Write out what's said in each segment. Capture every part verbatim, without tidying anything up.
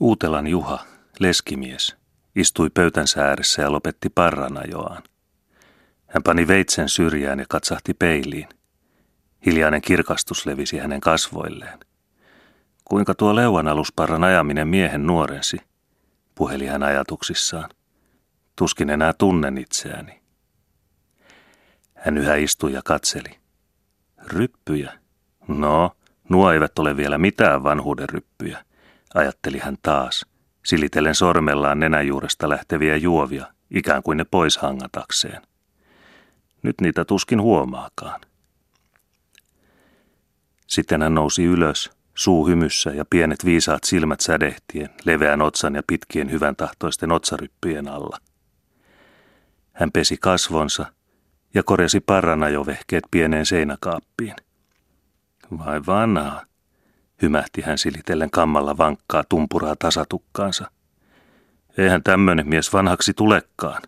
Uutelan Juha, leskimies, istui pöytänsä ääressä ja lopetti parranajoaan. Hän pani veitsen syrjään ja katsahti peiliin. Hiljainen kirkastus levisi hänen kasvoilleen. Kuinka tuo leuanalusparran ajaminen miehen nuorensi, puheli hän ajatuksissaan. Tuskin enää tunnen itseäni. Hän yhä istui ja katseli. Ryppyjä? No, nuo eivät ole vielä mitään vanhuuden ryppyjä, ajatteli hän taas, silitellen sormellaan nenäjuuresta lähteviä juovia, ikään kuin ne pois hangatakseen. Nyt niitä tuskin huomaakaan. Sitten hän nousi ylös, suu hymyssä ja pienet viisaat silmät sädehtien, leveän otsan ja pitkien hyvän tahtoisten otsaryppyjen alla. Hän pesi kasvonsa ja korjasi parranajovehkeet pieneen seinäkaappiin. Vai vanha, hymähti hän silitellen kammalla vankkaa tumpuraa tasatukkaansa. Eihän tämmöinen mies vanhaksi tulekaan.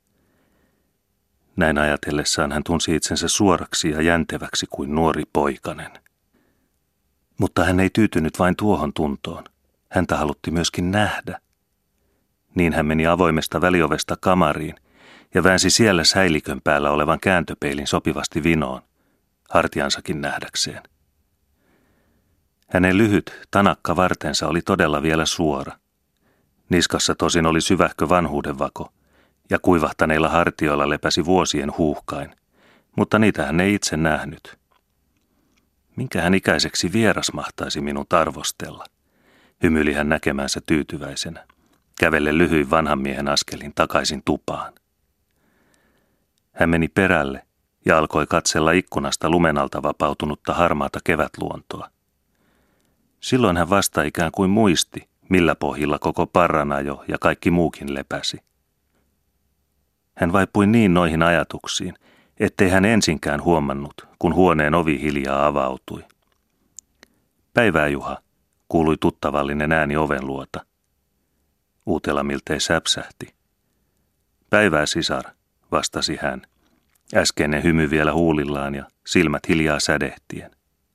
Näin ajatellessaan hän tunsi itsensä suoraksi ja jänteväksi kuin nuori poikanen. Mutta hän ei tyytynyt vain tuohon tuntoon. Häntä halutti myöskin nähdä. Niin hän meni avoimesta väliovesta kamariin ja väänsi siellä säilikön päällä olevan kääntöpeilin sopivasti vinoon, hartiansakin nähdäkseen. Hänen lyhyt, tanakka vartensa oli todella vielä suora. Niskassa tosin oli syvähkö vanhuudenvako, ja kuivahtaneilla hartioilla lepäsi vuosien huuhkain, mutta niitä hän ei itse nähnyt. Minkä hän ikäiseksi vieras mahtaisi minut arvostella, hymyili hän näkemänsä tyytyväisenä, kävelle lyhyin vanhan miehen askelin takaisin tupaan. Hän meni perälle ja alkoi katsella ikkunasta lumenalta vapautunutta harmaata kevätluontoa. Silloin hän vasta ikään kuin muisti, millä pohjilla koko parranajo ja kaikki muukin lepäsi. Hän vaipui niin noihin ajatuksiin, ettei hän ensinkään huomannut, kun huoneen ovi hiljaa avautui. Päivää, Juha, kuului tuttavallinen ääni oven luota. Uutela miltei säpsähti. Päivää, sisar, vastasi hän, äskeinen hymy vielä huulillaan ja silmät hiljaa sädehtien.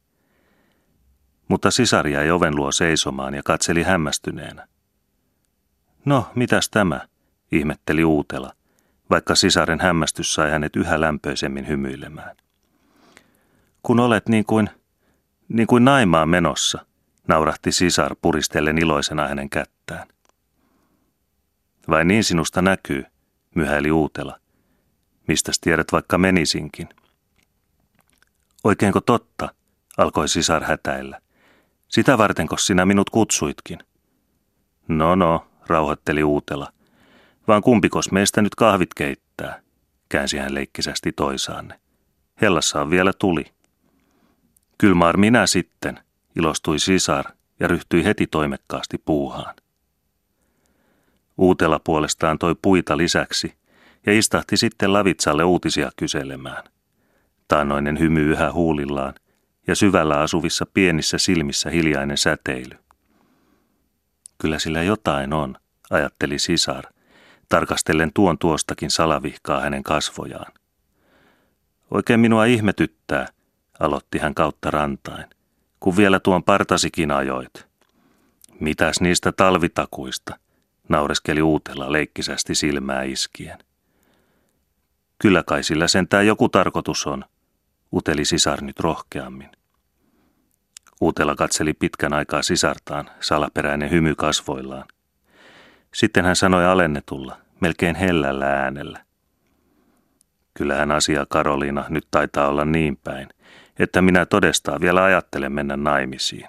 Mutta sisar jäi oven luo seisomaan ja katseli hämmästyneenä. No, mitäs tämä, ihmetteli Uutela, vaikka sisaren hämmästys sai hänet yhä lämpöisemmin hymyilemään. Kun olet niin kuin, niin kuin naimaan menossa, naurahti sisar puristellen iloisena hänen kättään. Vai niin sinusta näkyy, myhäili Uutela. Mistäs tiedät vaikka menisinkin? Oikeinko totta, alkoi sisar hätäillä. Sitä vartenko sinä minut kutsuitkin? No no, rauhoitteli Uutela. Vaan kumpikos meistä nyt kahvit keittää, käänsi hän leikkisästi toisaanne. Hellassa on vielä tuli. Kylmar minä sitten, ilostui sisar ja ryhtyi heti toimekkaasti puuhaan. Uutela puolestaan toi puita lisäksi ja istahti sitten lavitsalle uutisia kyselemään. Taannoinen hymy yhä huulillaan ja syvällä asuvissa pienissä silmissä hiljainen säteily. Kyllä sillä jotain on, ajatteli sisar, tarkastellen tuon tuostakin salavihkaa hänen kasvojaan. Oikein minua ihmetyttää, aloitti hän kautta rantain, kun vielä tuon partasikin ajoit. Mitäs niistä talvitakuista, naureskeli Uutela leikkisästi silmää iskien. Kyllä kai sillä sentään joku tarkoitus on, uteli sisar nyt rohkeammin. Uutela katseli pitkän aikaa sisartaan, salaperäinen hymy kasvoillaan. Sitten hän sanoi alennetulla, melkein hellällä äänellä. Kyllähän asia, Karoliina, nyt taitaa olla niin päin, että minä todestaan vielä ajattelen mennä naimisiin.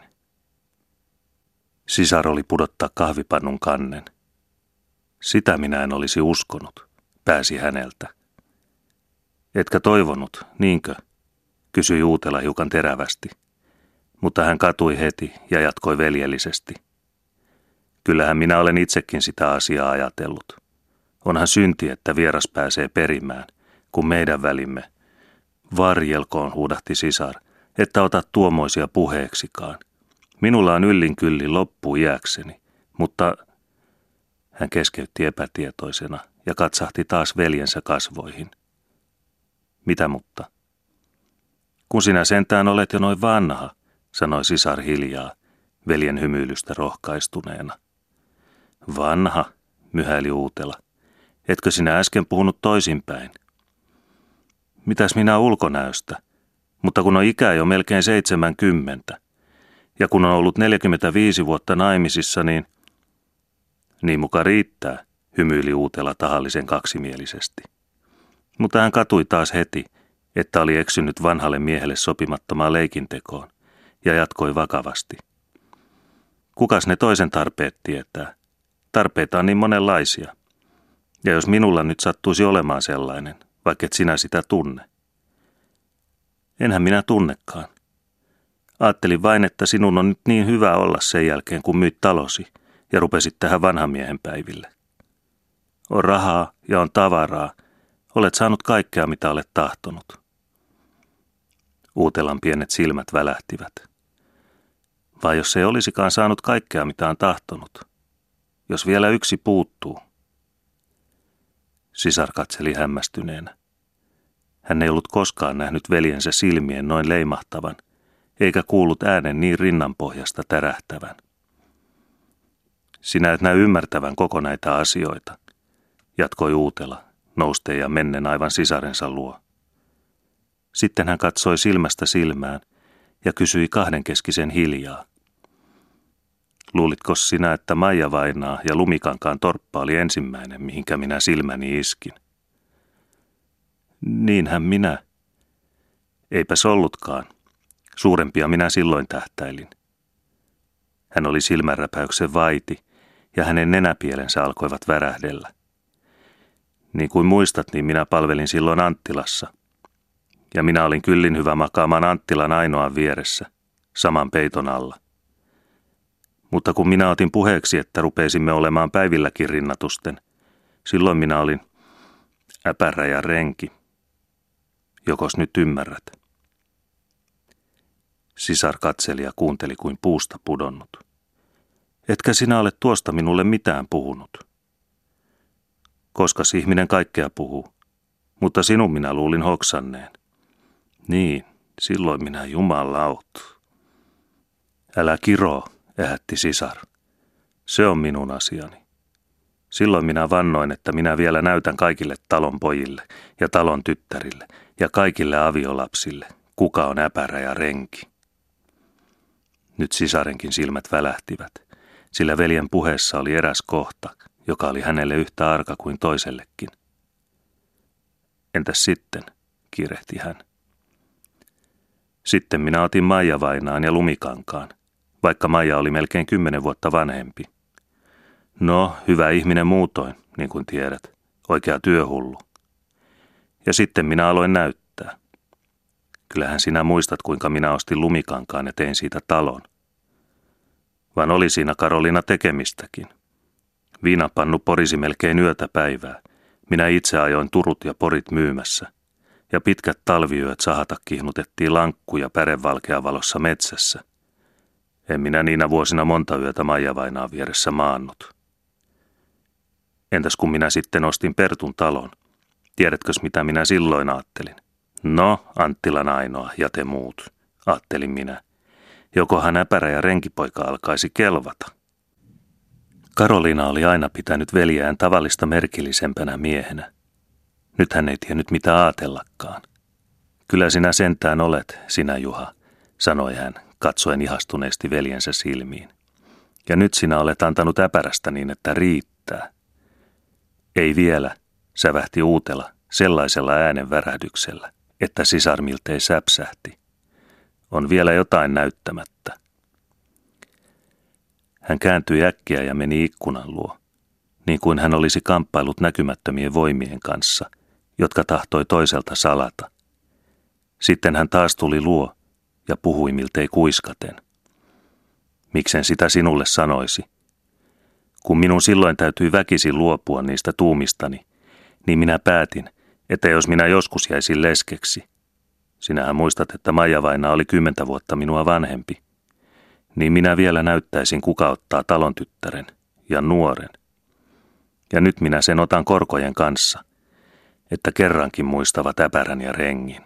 Sisar oli pudottaa kahvipannun kannen. Sitä minä en olisi uskonut, pääsi häneltä. Etkä toivonut, niinkö? Kysyi Uutela hiukan terävästi, mutta hän katui heti ja jatkoi veljellisesti. Kyllähän minä olen itsekin sitä asiaa ajatellut. Onhan synti, että vieras pääsee perimään, kun meidän välimme. Varjelkoon, huudahti sisar, että otat tuommoisia puheeksikaan. Minulla on yllin kyllin loppu iäkseni, mutta hän keskeytti epätietoisena ja katsahti taas veljensä kasvoihin. Mitä mutta? Kun sinä sentään olet jo noin vanha, sanoi sisar hiljaa, veljen hymyilystä rohkaistuneena. Vanha, myhäili Uutela. Etkö sinä äsken puhunut toisinpäin? Mitäs minä ulkonäöstä? Mutta kun on ikää jo melkein seitsemänkymmentä, ja kun on ollut neljäkymmentäviisi vuotta naimisissa, niin... Niin muka riittää, hymyili Uutela tahallisen kaksimielisesti. Mutta hän katui taas heti, että oli eksynyt vanhalle miehelle sopimattomaan leikintekoon, ja jatkoi vakavasti. Kukas ne toisen tarpeet tietää? Tarpeita on niin monenlaisia. Ja jos minulla nyt sattuisi olemaan sellainen, vaikka et sinä sitä tunne. Enhän minä tunnekaan. Aattelin vain, että sinun on nyt niin hyvä olla sen jälkeen, kun myyt talosi ja rupesit tähän vanhan miehen päiville. On rahaa ja on tavaraa. Olet saanut kaikkea, mitä olet tahtonut. Uutelan pienet silmät välähtivät. Vai jos ei olisikaan saanut kaikkea, mitä on tahtonut? Jos vielä yksi puuttuu. Sisar katseli hämmästyneenä. Hän ei ollut koskaan nähnyt veljensä silmien noin leimahtavan, eikä kuullut äänen niin rinnanpohjasta tärähtävän. Sinä et näy ymmärtävän koko näitä asioita, jatkoi Uutela, nousteen ja mennen aivan sisarensa luo. Sitten hän katsoi silmästä silmään ja kysyi kahdenkeskisen hiljaa. Luulitko sinä, että Maija vainaa ja Lumikankaan torppa oli ensimmäinen, mihinkä minä silmäni iskin? Niinhän minä. Eipäs ollutkaan. Suurempia minä silloin tähtäilin. Hän oli silmänräpäyksen vaiti ja hänen nenäpielensä alkoivat värähdellä. Niin kuin muistat, niin minä palvelin silloin Anttilassa. Ja minä olin kyllin hyvä makaamaan Anttilan ainoan vieressä, saman peiton alla. Mutta kun minä otin puheeksi, että rupeisimme olemaan päivilläkin rinnatusten, silloin minä olin äpärä ja renki. Jokos nyt ymmärrät? Sisar katseli ja kuunteli kuin puusta pudonnut. Etkä sinä ole tuosta minulle mitään puhunut. Koskas ihminen kaikkea puhuu, mutta sinun minä luulin hoksanneen. Niin, silloin minä jumalaut. Älä kiroo, ähätti sisar. Se on minun asiani. Silloin minä vannoin, että minä vielä näytän kaikille talon pojille ja talon tyttärille ja kaikille aviolapsille, kuka on äpärä ja renki. Nyt sisarenkin silmät välähtivät, sillä veljen puheessa oli eräs kohta, joka oli hänelle yhtä arka kuin toisellekin. Entäs sitten, kiirehti hän. Sitten minä otin Maija vainaan ja Lumikankaan, vaikka Maija oli melkein kymmenen vuotta vanhempi. No, hyvä ihminen muutoin, niin kuin tiedät, oikea työhullu. Ja sitten minä aloin näyttää. Kyllähän sinä muistat, kuinka minä ostin Lumikankaan ja tein siitä talon. Vaan oli siinä Karoliina tekemistäkin. Viinapannu porisi melkein yötä päivää. Minä itse ajoin turut ja porit myymässä. Ja pitkät talviyöt sahata kihnutettiin lankkuja pärevalkeavalossa metsässä. En minä niinä vuosina monta yötä Maija vainaan vieressä maannut. Entäs kun minä sitten ostin Pertun talon? Tiedätkös mitä minä silloin ajattelin? No, Anttilan ainoa ja te muut, ajattelin minä. Jokohan äpärä ja renkipoika alkaisi kelvata. Karoliina oli aina pitänyt veljään tavallista merkillisempänä miehenä. Nyt hän ei tiennyt mitä aatellakaan. Kyllä sinä sentään olet, sinä Juha, sanoi hän, katsoen ihastuneesti veljensä silmiin. Ja nyt sinä olet antanut äpärästä niin, että riittää. Ei vielä, sävähti Uutela sellaisella äänen värähdyksellä, että sisar miltei säpsähti. On vielä jotain näyttämättä. Hän kääntyi äkkiä ja meni ikkunan luo, niin kuin hän olisi kamppailut näkymättömien voimien kanssa, jotka tahtoi toiselta salata. Sitten hän taas tuli luo ja puhui miltei kuiskaten. Miksen sitä sinulle sanoisi? Kun minun silloin täytyi väkisin luopua niistä tuumistani, niin minä päätin, että jos minä joskus jäisin leskeksi, sinähän muistat, että Maija vainaa oli kymmentä vuotta minua vanhempi, niin minä vielä näyttäisin, kuka ottaa talon tyttären ja nuoren. Ja nyt minä sen otan korkojen kanssa, että kerrankin muistavat äpärän ja rengin.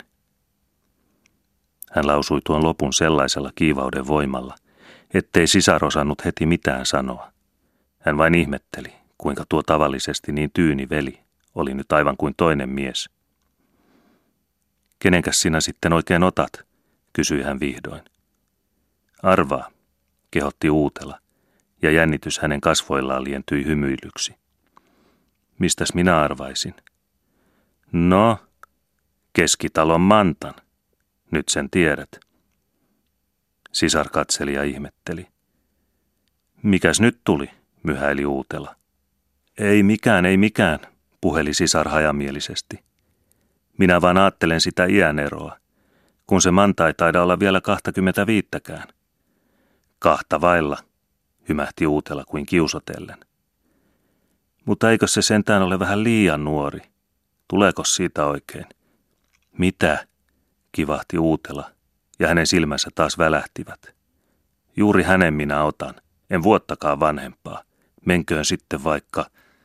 Hän lausui tuon lopun sellaisella kiivauden voimalla, ettei sisar osannut heti mitään sanoa. Hän vain ihmetteli, kuinka tuo tavallisesti niin tyyni veli oli nyt aivan kuin toinen mies. Kenenkäs sinä sitten oikein otat, kysyi hän vihdoin. Arvaa, kehotti Uutela, ja jännitys hänen kasvoillaan lientyi hymyilyksi. Mistäs minä arvaisin? No, Keskitalon Mantan. Nyt sen tiedät. Sisar katseli ja ihmetteli. Mikäs nyt tuli, myhäili Uutela. Ei mikään, ei mikään, puheli sisar hajamielisesti. Minä vaan ajattelen sitä iäneroa, kun se Manta ei taida olla vielä kahtakymmentäviittäkään. Kahta vailla, hymähti Uutela kuin kiusotellen. Mutta eikö se sentään ole vähän liian nuori? Tuleeko siitä oikein? Mitä? Kivahti Uutela, ja hänen silmänsä taas välähtivät. Juuri hänen minä otan, en vuottakaan vanhempaa. Menköön sitten vaikka...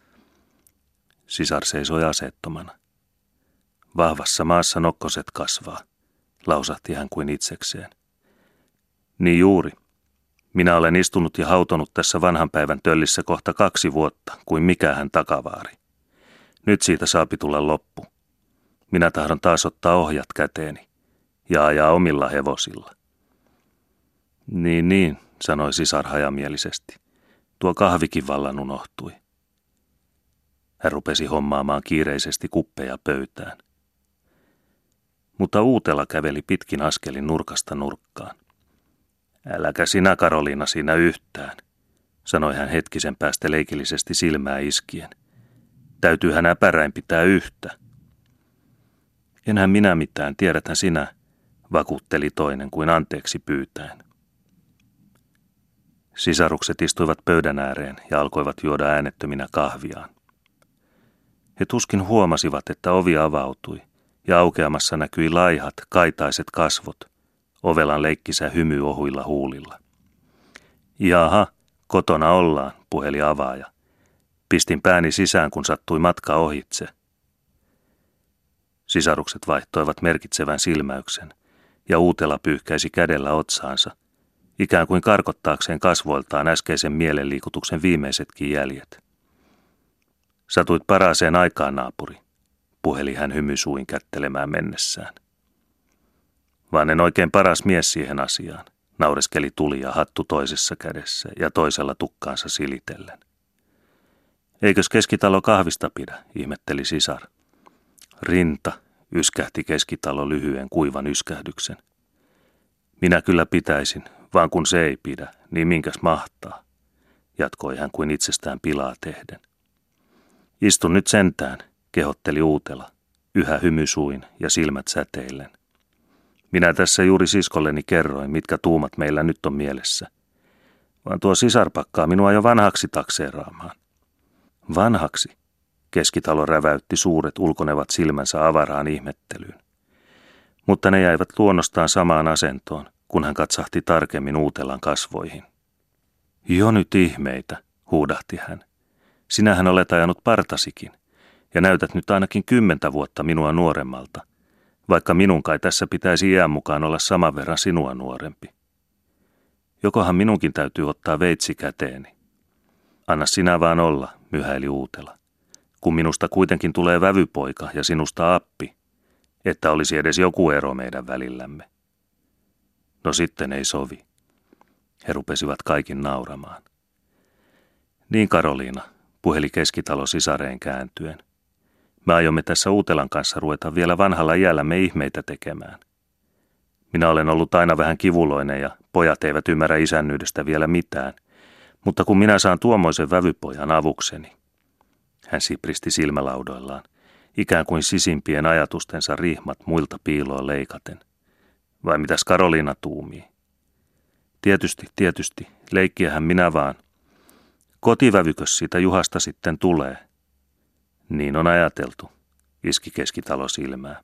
Sisar seisoi aseettomana. Vahvassa maassa nokkoset kasvaa, lausahti hän kuin itsekseen. Niin juuri. Minä olen istunut ja hautonut tässä vanhan päivän töllissä kohta kaksi vuotta, kuin mikähän takavaari. Nyt siitä saapi tulla loppu. Minä tahdon taas ottaa ohjat käteeni ja ajaa omilla hevosilla. Niin, niin, sanoi sisar hajamielisesti. Tuo kahvikin vallan unohtui. Hän rupesi hommaamaan kiireisesti kuppeja pöytään. Mutta Uutela käveli pitkin askelin nurkasta nurkkaan. Äläkä sinä, Karoliina, siinä yhtään, sanoi hän hetkisen päästä leikillisesti silmää iskien. Täytyy hän äpäräin pitää yhtä. Enhän minä mitään, tiedäthän sinä, vakuutteli toinen kuin anteeksi pyytäen. Sisarukset istuivat pöydän ääreen ja alkoivat juoda äänettöminä kahviaan. He tuskin huomasivat, että ovi avautui ja aukeamassa näkyi laihat, kaitaiset kasvot, ovelan leikkisä hymy ohuilla huulilla. Jaha, kotona ollaan, puheli avaaja. Pistin pääni sisään, kun sattui matka ohitse. Sisarukset vaihtoivat merkitsevän silmäyksen, ja Uutela pyyhkäisi kädellä otsaansa, ikään kuin karkottaakseen kasvoiltaan äskeisen mielenliikutuksen viimeisetkin jäljet. Satuit paraaseen aikaan, naapuri, puheli hän hymysuin kättelemään mennessään. Vaan en oikein paras mies siihen asiaan, naureskeli Tulija hattu toisessa kädessä ja toisella tukkaansa silitellen. Eikös Keskitalo kahvista pidä, ihmetteli sisar. Rinta, yskähti Keskitalo lyhyen kuivan yskähdyksen. Minä kyllä pitäisin, vaan kun se ei pidä, niin minkäs mahtaa, jatkoi hän kuin itsestään pilaa tehden. Istun nyt sentään, kehotteli Uutela, yhä hymysuin ja silmät säteillen. Minä tässä juuri siskolleni kerroin, mitkä tuumat meillä nyt on mielessä. Vaan tuo sisar pakkaa minua jo vanhaksi takseeraamaan. Vanhaksi? Keskitalo räväytti suuret ulkonevat silmänsä avaraan ihmettelyyn. Mutta ne jäivät luonnostaan samaan asentoon, kun hän katsahti tarkemmin Uutelan kasvoihin. Jo nyt ihmeitä, huudahti hän. Sinähän olet ajanut partasikin, ja näytät nyt ainakin kymmentä vuotta minua nuoremmalta, vaikka minun kai tässä pitäisi iän mukaan olla saman verran sinua nuorempi. Jokohan minunkin täytyy ottaa veitsi käteeni. Anna sinä vaan olla, myhäili Uutela, kun minusta kuitenkin tulee vävypoika ja sinusta appi, että olisi edes joku ero meidän välillämme. No sitten ei sovi. He rupesivat kaikin nauramaan. Niin, Karoliina, puheli Keskitalo sisareen kääntyen. Me aiomme tässä Uutelan kanssa ruveta vielä vanhalla iällämme ihmeitä tekemään. Minä olen ollut aina vähän kivuloinen ja pojat eivät ymmärrä isännyydestä vielä mitään, mutta kun minä saan tuommoisen vävypojan avukseni. Hän sipristi silmälaudoillaan, ikään kuin sisimpien ajatustensa rihmat muilta piiloon leikaten. Vai mitäs Karoliina tuumii? Tietysti, tietysti, leikkiähän minä vaan. Kotivävykös siitä Juhasta sitten tulee? Niin on ajateltu, iski Keskitalo silmää.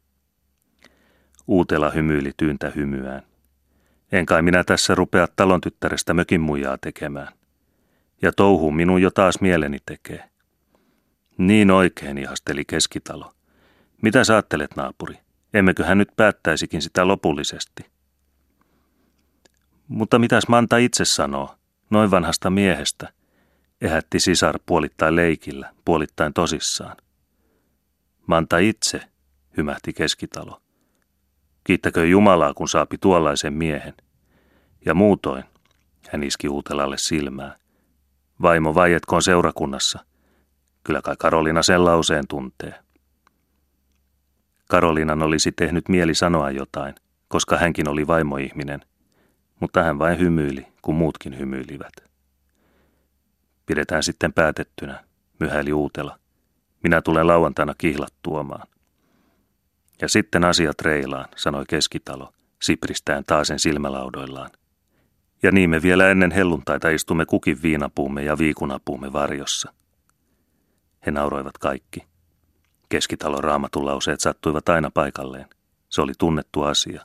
Uutela hymyili tyyntä hymyään. En kai minä tässä rupea talon tyttärestä mökin muijaa tekemään. Ja touhu minun jo taas mieleni tekee. Niin oikein, ihasteli Keskitalo. Mitä sä ajattelet, naapuri? Emmeköhän nyt päättäisikin sitä lopullisesti? Mutta mitäs Manta itse sanoo, noin vanhasta miehestä? ehätti sisar puolittain leikillä, puolittain tosissaan. Manta itse, hymähti Keskitalo. Kiittäkö Jumalaa, kun saapi tuollaisen miehen. Ja muutoin, hän iski Uutelalle silmää. Vaimo vaietkoon seurakunnassa. Kyllä kai Karoliina sen lauseen tuntee. Karoliinan olisi tehnyt mieli sanoa jotain, koska hänkin oli vaimoihminen, mutta hän vain hymyili, kun muutkin hymyilivät. Pidetään sitten päätettynä, myhäili Uutela. Minä tulen lauantaina kihlat tuomaan. Ja sitten asiat reilaan, sanoi Keskitalo, sipristään taasen silmälaudoillaan. Ja niin me vielä ennen helluntaita istumme kukin viinapuumme ja viikunapuumme varjossa. He nauroivat kaikki. Keskitalon Raamatun lauseet sattuivat aina paikalleen. Se oli tunnettu asia.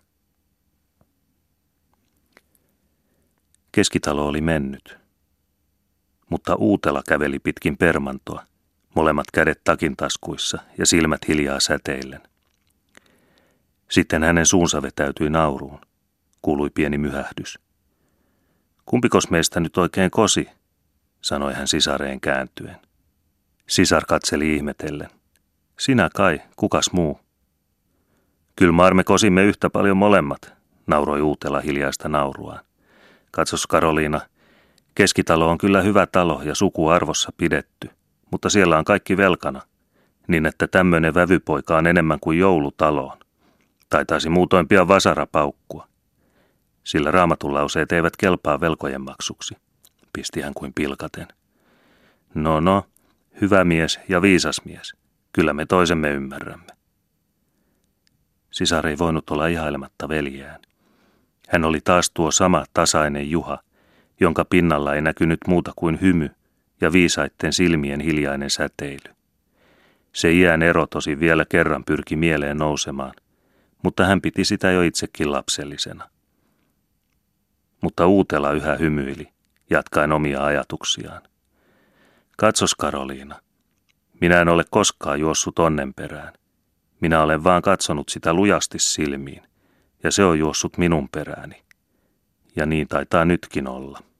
Keskitalo oli mennyt. Mutta Uutela käveli pitkin permantoa, molemmat kädet takintaskuissa ja silmät hiljaa säteillen. Sitten hänen suunsa vetäytyi nauruun. Kuului pieni myhähdys. Kumpikos meistä nyt oikein kosi, sanoi hän sisareen kääntyen. Sisar katseli ihmetellen. Sinä kai, kukas muu? Kyllä maar me kosimme yhtä paljon molemmat, nauroi Uutela hiljaista nauruaan. Katsos Karoliina, Keskitalo on kyllä hyvä talo ja suku arvossa pidetty, mutta siellä on kaikki velkana, niin että tämmöinen vävypoika on enemmän kuin joulutaloon. Taitaisi muutoin pian vasara paukkua. Sillä Raamatun lauseet eivät kelpaa velkojen maksuksi, pisti hän kuin pilkaten. No no, hyvä mies ja viisas mies, kyllä me toisemme ymmärrämme. Sisar ei voinut olla ihailematta veljeään. Hän oli taas tuo sama tasainen Juha, jonka pinnalla ei näkynyt muuta kuin hymy ja viisaitten silmien hiljainen säteily. Se iän ero tosi vielä kerran pyrki mieleen nousemaan, mutta hän piti sitä jo itsekin lapsellisena. Mutta Uutela yhä hymyili, jatkaen omia ajatuksiaan. Katsos Karoliina, minä en ole koskaan juossut onnen perään. Minä olen vaan katsonut sitä lujasti silmiin, ja se on juossut minun perääni. Ja niin taitaa nytkin olla.